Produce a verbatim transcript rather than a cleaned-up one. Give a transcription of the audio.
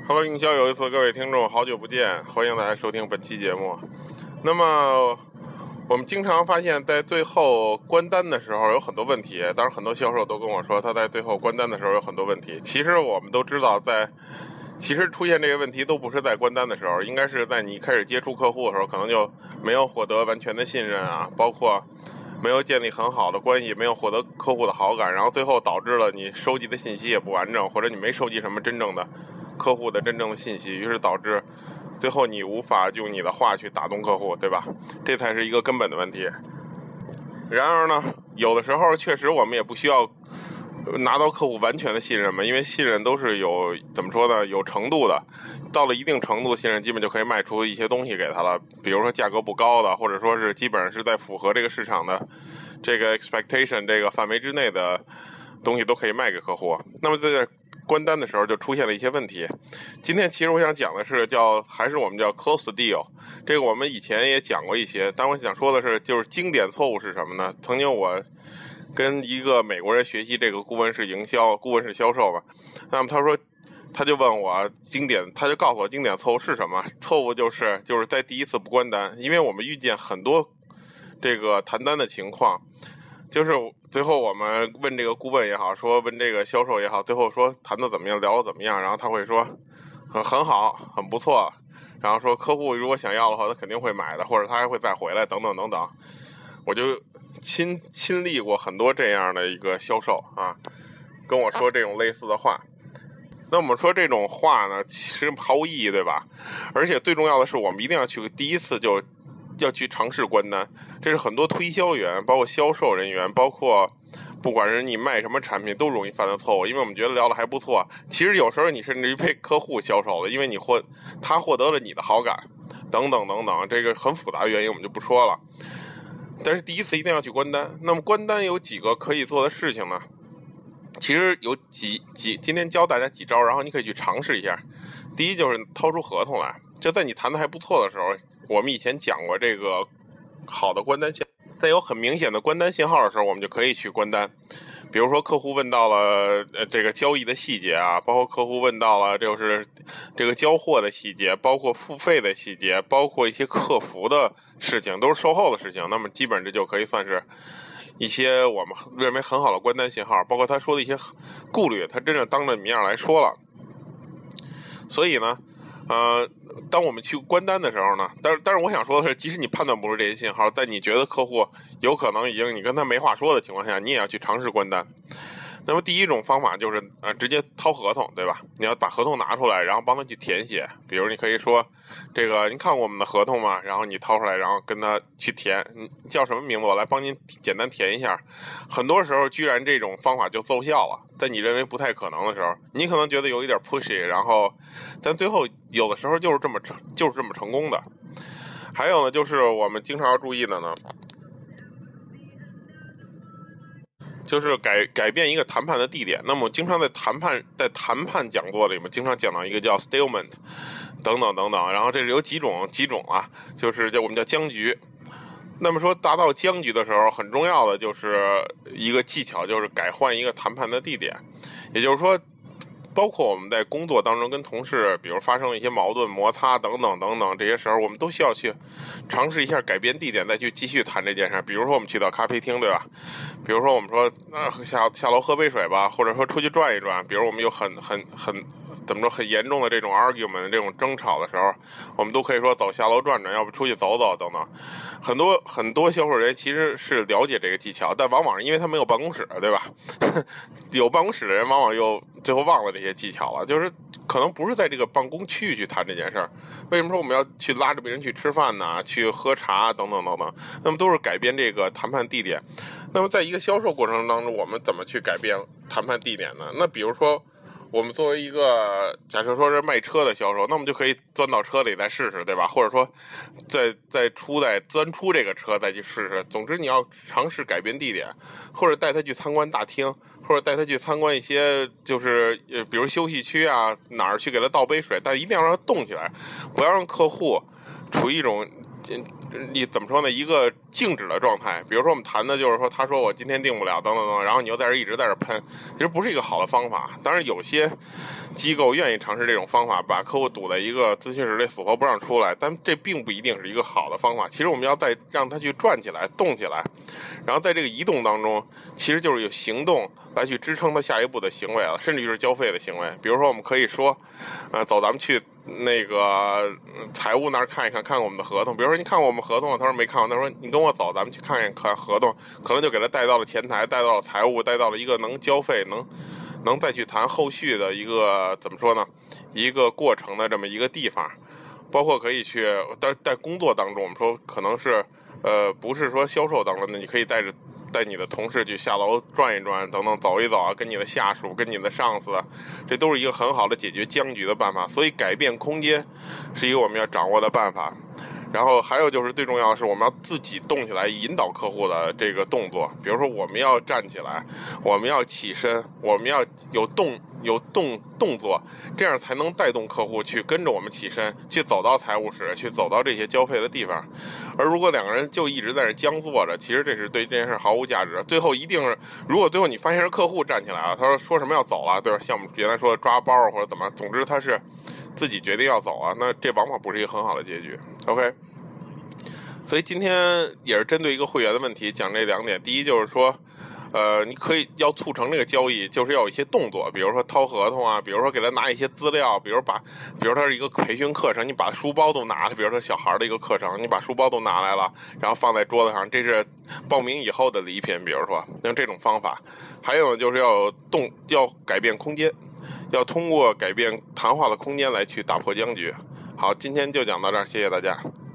Hello， 营销有一次，各位听众，好久不见，欢迎大家收听本期节目。那么，我们经常发现，在最后关单的时候有很多问题。当然，很多销售都跟我说，他在最后关单的时候有很多问题。其实我们都知道，在其实出现这个问题都不是在关单的时候，应该是在你开始接触客户的时候，可能就没有获得完全的信任啊，包括没有建立很好的关系，没有获得客户的好感，然后最后导致了你收集的信息也不完整，或者你没收集什么真正的客户的真正的信息，于是导致最后你无法用你的话去打动客户，对吧？这才是一个根本的问题。然而呢，有的时候确实我们也不需要拿到客户完全的信任嘛，因为信任都是有怎么说呢，有程度的。到了一定程度的信任，基本就可以卖出一些东西给他了，比如说价格不高的，或者说是基本上是在符合这个市场的这个 expectation 这个范围之内的东西都可以卖给客户。那么在关单的时候就出现了一些问题。今天其实我想讲的是叫还是我们叫 close deal， 这个我们以前也讲过一些，但我想说的是就是经典错误是什么呢？曾经我跟一个美国人学习这个顾问式营销顾问式销售吧，那么他说他就问我经典，他就告诉我经典错误是什么。错误就是就是在第一次不关单，因为我们遇见很多这个谈单的情况，就是最后我们问这个顾问也好，说问这个销售也好，最后说谈的怎么样，聊的怎么样，然后他会说很很好，很不错，然后说客户如果想要的话，他肯定会买的，或者他还会再回来，等等等等。我就亲亲历过很多这样的一个销售啊，跟我说这种类似的话。那我们说这种话呢，其实毫无意义，对吧？而且最重要的是，我们一定要去第一次就要去尝试关单，这是很多推销员，包括销售人员，包括不管是你卖什么产品，都容易犯的错误。因为我们觉得聊的还不错，其实有时候你甚至于被客户销售了，因为你获他获得了你的好感，等等等等，这个很复杂的原因我们就不说了。但是第一次一定要去关单。那么关单有几个可以做的事情呢？其实有几几，今天教大家几招，然后你可以去尝试一下。第一就是掏出合同来，就在你谈的还不错的时候，我们以前讲过这个好的关单信，在有很明显的关单信号的时候，我们就可以去关单。比如说客户问到了呃这个交易的细节啊，包括客户问到了就是这个交货的细节，包括付费的细节，包括一些客服的事情，都是售后的事情，那么基本这就可以算是一些我们认为很好的关单信号，包括他说的一些顾虑，他真正当着你面来说了。所以呢呃，当我们去关单的时候呢，但是但是我想说的是，即使你判断不出这些信号，在你觉得客户有可能已经你跟他没话说的情况下，你也要去尝试关单。那么第一种方法就是呃直接掏合同，对吧？你要把合同拿出来，然后帮他去填写。比如你可以说这个您看过我们的合同吗？然后你掏出来，然后跟他去填，你叫什么名字？我来帮您简单填一下。很多时候居然这种方法就奏效了，在你认为不太可能的时候，你可能觉得有一点 pushy， 然后但最后有的时候就是这么就是这么成功的。还有呢，就是我们经常要注意的呢，就是改改变一个谈判的地点。那么经常在谈判在谈判讲座里面经常讲到一个叫 stalemate 等等等等，然后这是有几种几种啊，就是叫我们叫僵局。那么说达到僵局的时候，很重要的就是一个技巧，就是改换一个谈判的地点。也就是说包括我们在工作当中跟同事比如发生一些矛盾摩擦等等等等，这些时候我们都需要去尝试一下改变地点，再去继续谈这件事。比如说我们去到咖啡厅，对吧？比如说我们说呃下下楼喝杯水吧，或者说出去转一转。比如我们有很很很怎么说很严重的这种 argument 这种争吵的时候，我们都可以说走下楼转转，要不出去走走等等。很多很多销售人其实是了解这个技巧，但往往是因为他没有办公室，对吧？有办公室的人往往又最后忘了这些技巧了，就是可能不是在这个办公区域去谈这件事儿。为什么说我们要去拉着别人去吃饭呢？去喝茶等等等等？那么都是改变这个谈判地点。那么在一个销售过程当中，我们怎么去改变谈判地点呢？那比如说我们作为一个假设说是卖车的销售，那我们就可以钻到车里再试试，对吧？或者说再再出再钻出这个车再去试试。总之你要尝试改变地点，或者带他去参观大厅，或者带他去参观一些就是呃比如休息区啊，哪儿去给他倒杯水，但一定要让他动起来，不要让客户处于一种你怎么说呢？一个静止的状态。比如说我们谈的就是说，他说我今天定不了，等等等，然后你又在这一直在这喷，其实不是一个好的方法。当然有些机构愿意尝试这种方法，把客户堵在一个咨询室里死活不让出来，但这并不一定是一个好的方法。其实我们要再让他去转起来、动起来，然后在这个移动当中，其实就是有行动来去支撑他下一步的行为了，甚至就是交费的行为。比如说，我们可以说，呃，走，咱们去那个财务那儿看一看，看看我们的合同。比如说，你看过我们合同了？他说没看过。他说你跟我走，咱们去看一看合同。可能就给他带到了前台，带到了财务，带到了一个能交费、能能再去谈后续的一个怎么说呢？一个过程的这么一个地方。包括可以去，在在工作当中，我们说可能是，呃，不是说销售当中，那你可以带着。带你的同事去下楼转一转，等等走一走啊，跟你的下属、跟你的上司，这都是一个很好的解决僵局的办法。所以改变空间是一个我们要掌握的办法。然后还有就是最重要的是，我们要自己动起来，引导客户的这个动作。比如说，我们要站起来，我们要起身，我们要有动有动动作，这样才能带动客户去跟着我们起身，去走到财务室，去走到这些交费的地方。而如果两个人就一直在这僵坐着，其实这是对这件事毫无价值。最后一定是，如果最后你发现是客户站起来了，他说说什么要走了，对吧？像我们原来说的抓包或者怎么，总之他是自己决定要走啊，那这往往不是一个很好的结局。OK， 所以今天也是针对一个会员的问题讲这两点。第一就是说，呃，你可以要促成这个交易，就是要有一些动作，比如说掏合同啊，比如说给他拿一些资料，比如把，比如他是一个培训课程，你把书包都拿了，比如说小孩的一个课程，你把书包都拿来了，然后放在桌子上，这是报名以后的礼品，比如说用这种方法。还有呢，就是要有动，要改变空间，要通过改变谈话的空间来去打破僵局。好，今天就讲到这儿，谢谢大家。